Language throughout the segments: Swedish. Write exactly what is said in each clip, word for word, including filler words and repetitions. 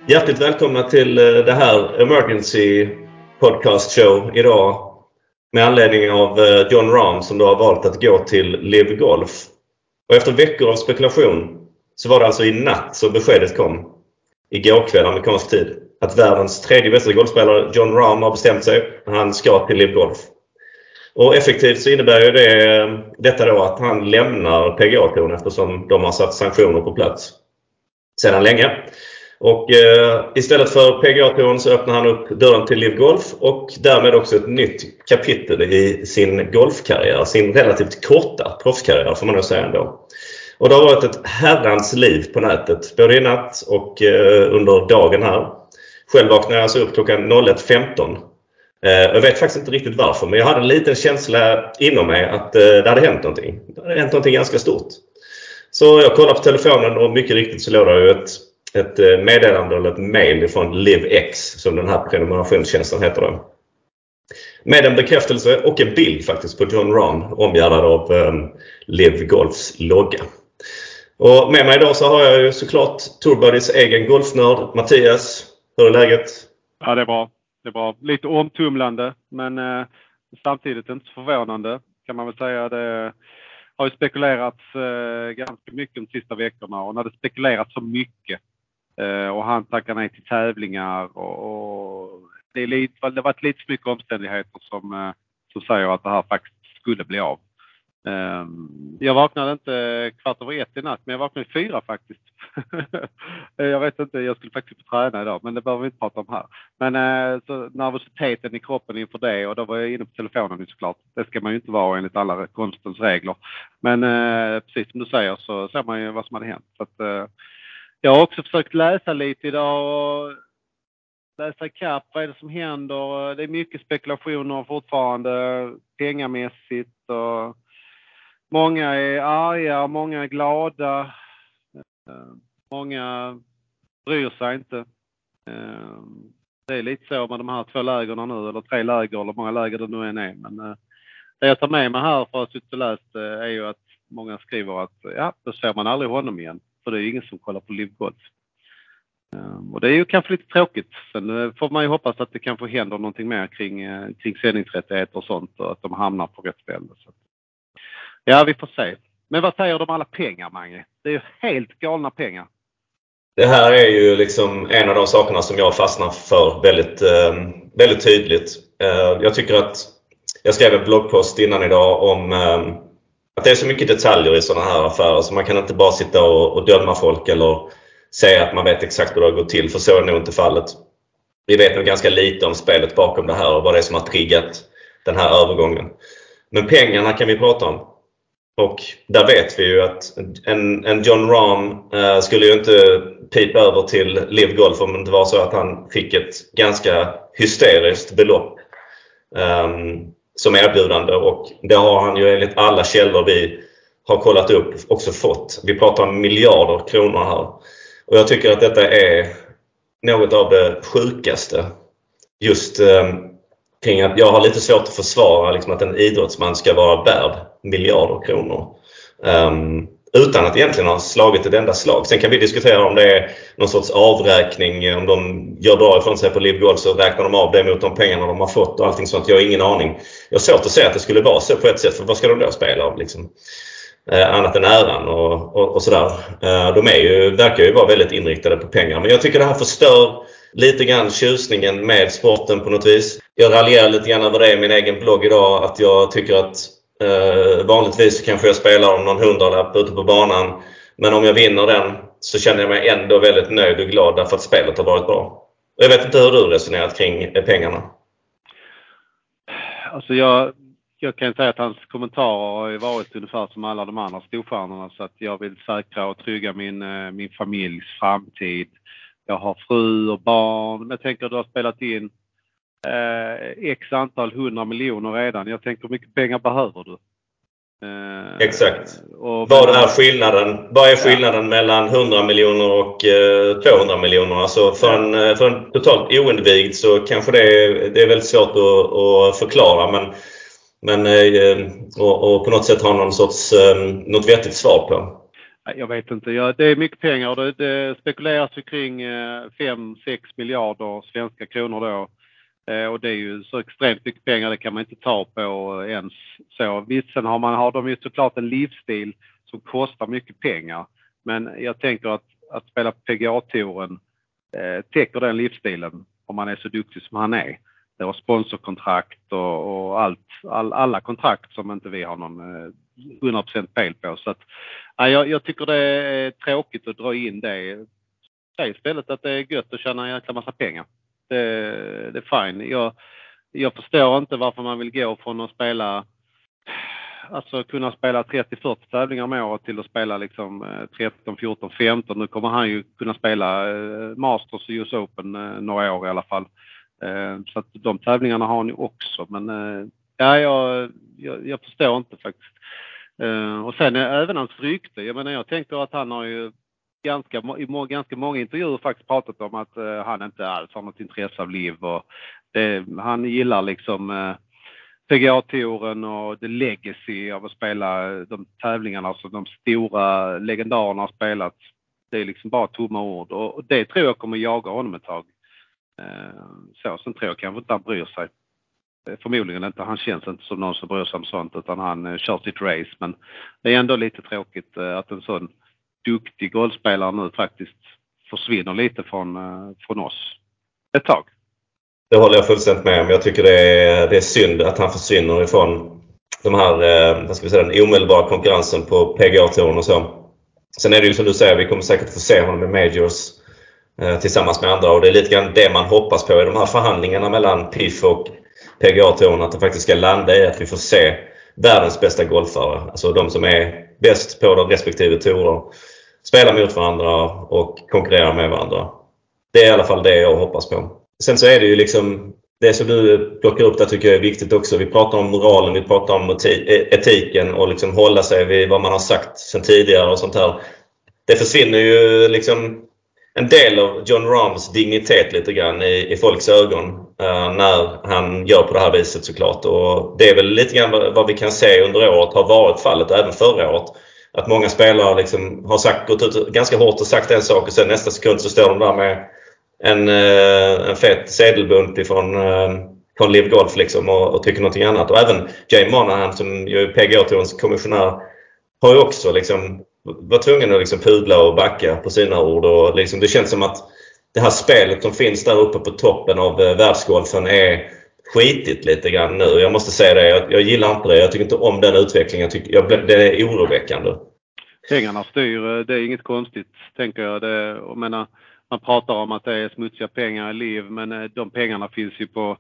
Hjärtligt välkomna till det här Emergency Podcast Show idag med anledning av Jon Rahm som då har valt att gå till Live Golf. Och efter veckor av spekulation så var det alltså i natt så beskedet kom, igår kväll amerikansk tid, att världens tredje bästa golfspelare Jon Rahm har bestämt sig. Han ska till Live Golf. Och effektivt så innebär ju det, detta då att han lämnar P G A-touren eftersom de har satt sanktioner på plats sedan länge. Och eh, istället för P G A-touren så öppnar han upp dörren till Live Golf och därmed också ett nytt kapitel i sin golfkarriär, sin relativt korta proffskarriär får man nog säga ändå. Och det har varit ett herrans liv på nätet, både i natt och eh, under dagen här. Själv vaknade jag alltså upp klockan ett femton. Eh, jag vet faktiskt inte riktigt varför, men jag hade en liten känsla inom mig att eh, det hade hänt någonting. Det hade hänt någonting ganska stort. Så jag kollade på telefonen och mycket riktigt så låg det ju ett ett meddelande eller ett mail från LiveX som den här prenumerationstjänsten heter då. Med en bekräftelse och en bild faktiskt på Jon Rahm omgärdad av um, Live Golfs logga. Och med mig idag så har jag ju såklart Tourbuddies egen golfnörd Mattias. Hur är läget? Ja, det är bra. Det är bra. Lite omtumlande men eh, samtidigt inte så förvånande kan man väl säga. Det har ju spekulerats eh, ganska mycket de sista veckorna och när det spekulerats så mycket och han tackar nej till tävlingar och, och det, är lite, det har varit lite så mycket omständigheter som, som säger att det här faktiskt skulle bli av. Jag vaknade inte kvart över ett i natt, men jag vaknade fyra faktiskt. Jag vet inte, jag skulle faktiskt få träna idag, men det behöver vi inte prata om här. Men så nervositeten i kroppen inför det, och då var jag inne på telefonen såklart. Det ska man ju inte vara enligt alla konstens regler. Men precis som du säger så ser man ju vad som hade hänt. Så att, jag har också försökt läsa lite idag och läsa ikapp vad är det som händer. Det är mycket spekulationer fortfarande pengamässigt och många är arga, många är glada. Många bryr sig inte. Det är lite så med de här två lägerna nu, eller tre läger eller många läger det nu än är. Men det jag tar med mig här för att sitta och läst är ju att många skriver att ja, då ser man aldrig honom igen. För det är ju ingen som kollar på Live Golf. Um, och det är ju kanske lite tråkigt. Sen uh, får man ju hoppas att det kanske händer någonting mer kring, uh, kring sändningsrättigheter och sånt. Och att de hamnar på rätt ställe. Så. Ja, vi får se. Men vad säger de alla pengar, Mange? Det är ju helt galna pengar. Det här är ju liksom en av de sakerna som jag fastnar för väldigt, uh, väldigt tydligt. Uh, jag tycker att jag skrev en bloggpost innan idag om... Uh, Att det är så mycket detaljer i sådana här affärer så man kan inte bara sitta och, och döma folk eller säga att man vet exakt hur det har gått till, för så är nog inte fallet. Vi vet nog ganska lite om spelet bakom det här och vad det är som har triggat den här övergången. Men pengarna kan vi prata om. Och där vet vi ju att en, en Jon Rahm eh, skulle ju inte pipa över till Live Golf om det inte var så att han fick ett ganska hysteriskt belopp. Um, som erbjudande, och det har han ju enligt alla källor vi har kollat upp också fått. Vi pratar om miljarder kronor här. Och jag tycker att detta är något av det sjukaste. Just eh, kring att jag har lite svårt att försvara liksom, att en idrottsman ska vara värd miljarder kronor. Um, utan att egentligen ha slagit ett enda slag. Sen kan vi diskutera om det är någon sorts avräkning. Om de gör bra ifrån sig på Live Golf så räknar de av det mot de pengarna de har fått och allting sånt. Jag har ingen aning. Jag har svårt att säga att det skulle vara så på ett sätt. För vad ska de då spela av liksom? Eh, annat än äran och, och, och sådär. Eh, de är ju, verkar ju vara väldigt inriktade på pengar. Men jag tycker det här förstör lite grann tjusningen med sporten på något vis. Jag raljerar lite grann över det i min egen blogg idag. Att jag tycker att Uh, vanligtvis kanske jag spelar om någon hundralapp ute på banan, men om jag vinner den så känner jag mig ändå väldigt nöjd och glad därför att spelet har varit bra. Jag vet inte hur du resonerat kring pengarna. Alltså jag, jag kan säga att hans kommentarer har varit ungefär som alla de andra storstjärnorna, så att jag vill säkra och trygga min, min familjs framtid. Jag har fru och barn, men jag tänker att du har spelat in Eh, x antal hundra miljoner redan. Jag tänker hur mycket pengar behöver du? Eh, Exakt. Och vad är skillnaden? Vad är skillnaden ja. mellan hundra miljoner och eh, tvåhundra miljoner? Alltså för, ja. en, för en totalt oinvigd så kanske det är, det är väldigt svårt att, att förklara, men, men eh, och, och på något sätt ha någon sorts eh, något vettigt svar på. Jag vet inte. Ja, det är mycket pengar. Det, det spekuleras ju kring fem sex miljarder svenska kronor då. Och det är ju så extremt mycket pengar, det kan man inte ta på ens. Så visst, sen har, man, har de ju såklart en livsstil som kostar mycket pengar. Men jag tänker att, att spela på P G A-touren eh, täcker den livsstilen om man är så duktig som han är. Det var sponsorkontrakt och, och allt, all, alla kontrakt som inte vi har någon eh, hundra procent fel på. Så att, ja, jag, jag tycker det är tråkigt att dra in det. Säg istället att det är gött att tjäna en jäkla massa pengar. Det, det är fine. Jag, jag förstår inte varför man vill gå från att spela, alltså kunna spela trettio fyrtio tävlingar om året till att spela liksom tretton fjorton femton. Nu kommer han ju kunna spela Masters och U S Open några år i alla fall. Så att de tävlingarna har han ju också. Men ja, jag, jag, jag förstår inte faktiskt. Och sen även hans rykte. Jag menar, jag tänker att han har ju ganska, i må, ganska många intervjuer faktiskt pratat om att uh, han inte alls har något intresse av liv. Och det, han gillar liksom uh, P G A-touren och the legacy av att spela de tävlingarna som de stora legendarerna har spelat. Det är liksom bara tomma ord. Och, och det tror jag kommer jaga honom ett tag. Uh, så, sen tror jag kanske inte han bryr sig. Förmodligen inte. Han känns inte som någon som bryr sig om sånt, utan han uh, kör sitt race. Men det är ändå lite tråkigt uh, att en sån duktig golfspelare nu faktiskt försvinner lite från, från oss ett tag. Det håller jag fullständigt med om. Jag tycker det är, det är synd att han försvinner ifrån de här, vad ska vi säga, den omedelbara konkurrensen på P G A-touren och så. Sen är det ju som du säger, vi kommer säkert få se honom i Majors eh, tillsammans med andra. Och det är lite grann det man hoppas på i de här förhandlingarna mellan P I F och P G A-touren, att det faktiskt ska landa i att vi får se världens bästa golfare. Alltså de som är bäst på de respektive tourer. Spela mot varandra och konkurrera med varandra. Det är i alla fall det jag hoppas på. Sen så är det ju liksom, det som du plockar upp där tycker jag är viktigt också. Vi pratar om moralen, vi pratar om etiken och liksom hålla sig vid vad man har sagt sedan tidigare och sånt här. Det försvinner ju liksom en del av Jon Rahms dignitet lite grann i, i folks ögon uh, när han gör på det här viset såklart. Och det är väl lite grann vad, vad vi kan se under året har varit fallet och även förra året. Att många spelare liksom har sagt, gått ut ganska hårt och sagt en sak och sen nästa sekund så står de där med en, en fet sedelbunt ifrån från Live Golf liksom och, och tycker någonting annat. Och även Jay Monahan som ju är P G A-tourens kommissionär har ju också liksom varit tvungen att liksom pudla och backa på sina ord. Och liksom, det känns som att det här spelet som finns där uppe på toppen av världsgolfen är skitigt lite grann nu. Jag måste säga det, jag, jag gillar inte det. Jag tycker inte om den utvecklingen. Jag tycker, jag, det är oroväckande. Pengarna styr, det är inget konstigt, tänker jag. Det, jag menar, man pratar om att det är smutsiga pengar i liv, men de pengarna finns ju på,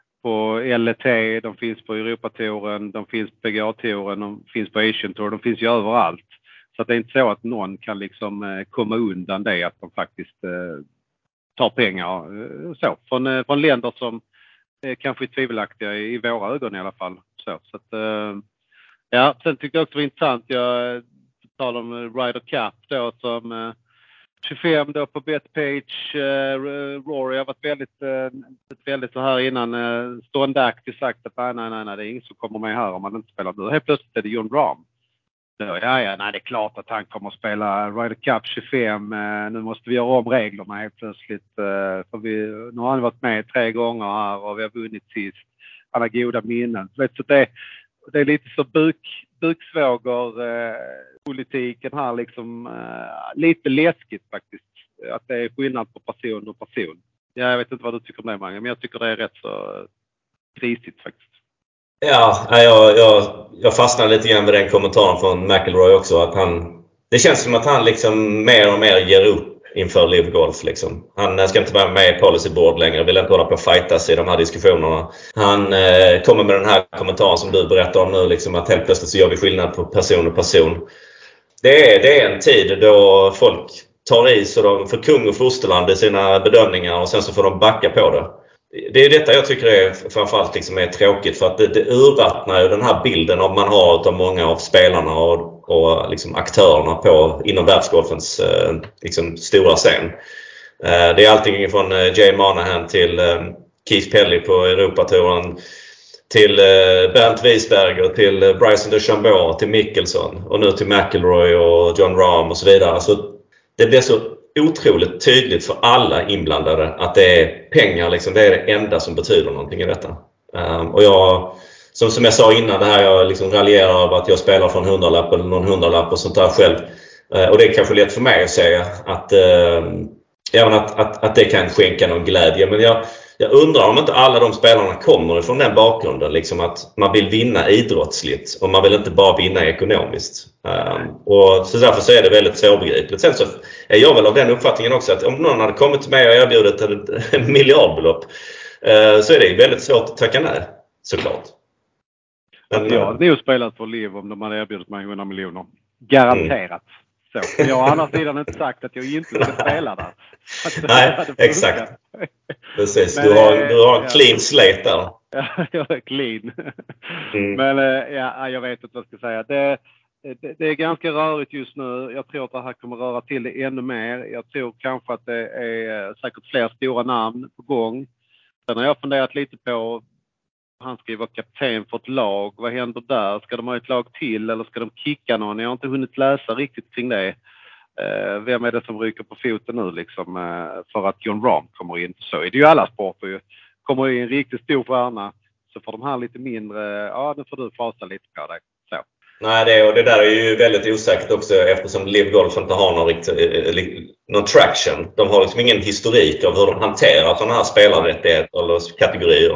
på L E T, de finns på Europatouren, de finns på P G A-touren, de finns på Asian Tour, de finns ju överallt. Så att det är inte så att någon kan liksom komma undan det, att de faktiskt eh, tar pengar eh, så, från, eh, från länder som är kanske tvivelaktiga i, i våra ögon i alla fall. Så, så att, eh, ja, sen tyckte jag också det var intressant, jag talar om Ryder Cup då som eh, tjugofem då på Betpage. Uh, Rory har varit väldigt, uh, väldigt så här innan uh, ståndaktigt sagt att nej, nej, nej, det är ingen som kommer med här om man inte spelar nu. Helt plötsligt är det Jon Rahm. Så, ja, ja, nej, det är klart att han kommer att spela Ryder Cup tjugofem. Uh, nu måste vi göra om reglerna helt plötsligt. Uh, för vi, nu har han varit med tre gånger här och vi har vunnit sist. Han har goda minnen. Vet, så det, det är lite så buk, buksvågor eh, politiken här liksom eh, lite läskigt faktiskt. Att det är skillnad på person och person. Ja, jag vet inte vad du tycker om det, Mange, men jag tycker det är rätt så krisigt faktiskt. Ja, jag, jag, jag fastnar lite grann med den kommentaren från McIlroy också. Att han, det känns som att han liksom mer och mer ger upp inför Live Golf liksom. Han ska inte vara med i policy board längre, vill inte hålla på att fightas i de här diskussionerna. Han eh, kommer med den här kommentaren som du berättar om nu liksom, att helt plötsligt så gör vi skillnad på person och person. Det är, det är en tid då folk tar i så de för kung och fosterland i sina bedömningar och sen så får de backa på det. Det är detta jag tycker är framförallt liksom är tråkigt, för att det, det urvattnar ju den här bilden av man har av många av spelarna och, och liksom aktörerna på, inom världsgolfens eh, liksom stora scen. Eh, det är allting från eh, Jay Monahan till eh, Keith Pelly på Europatouren till eh, Bernt Wiesberger, till eh, Bryson DeChambeau, till Mickelson och nu till McIlroy och John Rahm och så vidare. Alltså, det blir så otroligt tydligt för alla inblandade att det är pengar, liksom, det är det enda som betyder någonting i detta. Um, och jag, som, som jag sa innan, det här jag liksom raljerar över att jag spelar för en hundralapp eller någon hundralapp och sånt där själv. Uh, och det är kanske lätt för mig att säga att, uh, även att, att, att det kan skänka någon glädje. Men jag, jag undrar om inte alla de spelarna kommer från den bakgrunden. Liksom att man vill vinna idrottsligt och man vill inte bara vinna ekonomiskt. Um, och så därför så är det väldigt svårbegripligt. Sen så är jag väl av den uppfattningen också att om någon hade kommit till mig och erbjudit ett, ett miljardbelopp uh, så är det väldigt svårt att tacka nej, såklart. Men, alltså jag hade ju spelat för liv om de hade erbjudit mig hundra miljoner. Garanterat. Mm. Så. Jag har å andra sidan inte sagt att jag inte ska spela där. Nej, exakt. Precis, men, du har, du har en clean slate där. Ja, jag är clean. Mm. Men ja, jag vet inte vad jag ska säga. Det, det, det är ganska rörigt just nu. Jag tror att det här kommer röra till det ännu mer. Jag tror kanske att det är säkert fler stora namn på gång. Sen har jag funderat lite på han ska ju vara kapten för ett lag. Vad händer där? Ska de ha ett lag till eller ska de kicka någon? Jag har inte hunnit läsa riktigt kring det. Eh, vem är det som ryker på foten nu liksom, eh, för att John Rahm kommer in? Så är det ju alla sporter ju. Kommer in en riktigt stor stjärna så får de här lite mindre, ja nu får du fasa lite på dig. Så. Nej, det, och det där är ju väldigt osäkert också eftersom Live Golf inte har någon, riktigt, någon traction. De har liksom ingen historik av hur de hanterar sådana här spelarrättigheter eller kategorier.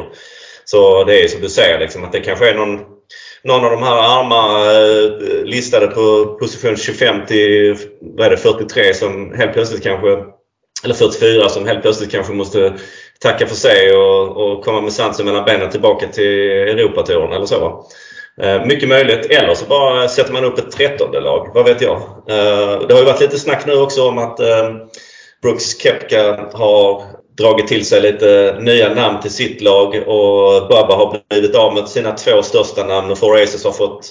Så det är som du säger liksom, att det kanske är någon, någon av de här arma eh, listade på position tjugofem till vad är det, fyrtiotre som helt plötsligt kanske, eller fyrtiofyra som helt plötsligt kanske måste tacka för sig och, och komma med svansen mellan benen tillbaka till Europatouren eller så. Eh, mycket möjligt, eller så bara sätter man upp ett trettonde lag, vad vet jag. Eh, det har ju varit lite snack nu också om att eh, Brooks Koepka har dragit till sig lite nya namn till sitt lag och Bubba har blivit av med sina två största namn och Four Aces har fått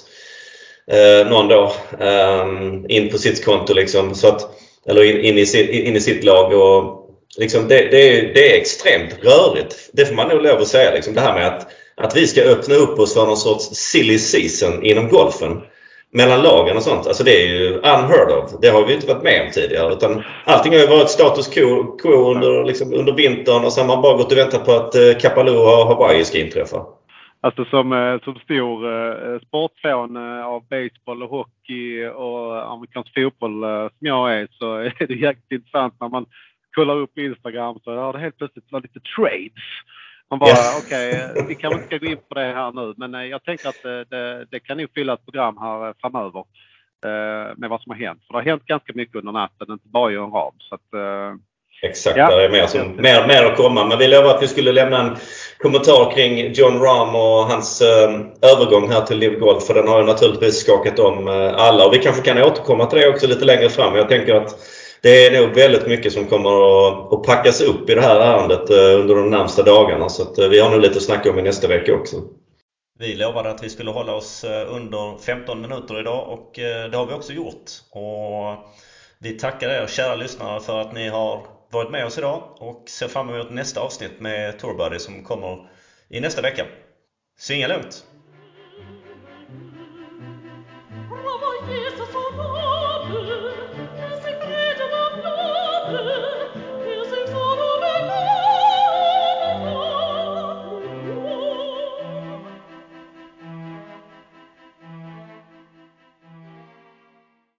eh, någon då eh, in på sitt konto liksom, så att, eller in, in, i, sitt, in i sitt lag och liksom det, det, är, det är extremt rörigt, det får man nog lov att säga liksom, det här med att, att vi ska öppna upp oss för någon sorts silly season inom golfen mellan lagen och sånt. Alltså det är ju unheard of. Det har vi inte varit med om tidigare. Utan allting har ju varit status quo, quo under, liksom, under vintern och sen har man bara gått och väntat på att eh, Kapalua och Hawaii ska inträffa. Alltså som, som stor eh, sportfan eh, av baseball och hockey och amerikansk fotboll eh, som jag är, så är det jäkligt intressant när man kollar upp Instagram så har det helt plötsligt varit lite trades. Man bara, yeah. okej, okay, vi kanske inte ska gå in på det här nu, men eh, jag tänker att det, det, det kan ju fylla ett program här framöver eh, med vad som har hänt. För det har hänt ganska mycket under natten, inte bara ju en rad. Så att, eh, Exakt, ja. Det är mer, som, mer, mer att komma. Men vi lovade att vi skulle lämna en kommentar kring John Rahm och hans eh, övergång här till Live Golf. För den har ju naturligtvis skakat om eh, alla. Och vi kanske kan återkomma till det också lite längre fram. Jag tänker att det är nog väldigt mycket som kommer att, att packas upp i det här ärendet eh, under de närmsta dagarna. Så att, eh, vi har nog lite att snacka om i nästa vecka också. Vi lovade att vi skulle hålla oss under femton minuter idag och det har vi också gjort. Och vi tackar er kära lyssnare för att ni har varit med oss idag och ser fram emot nästa avsnitt med Tour Buddy som kommer i nästa vecka. Svinga lugnt!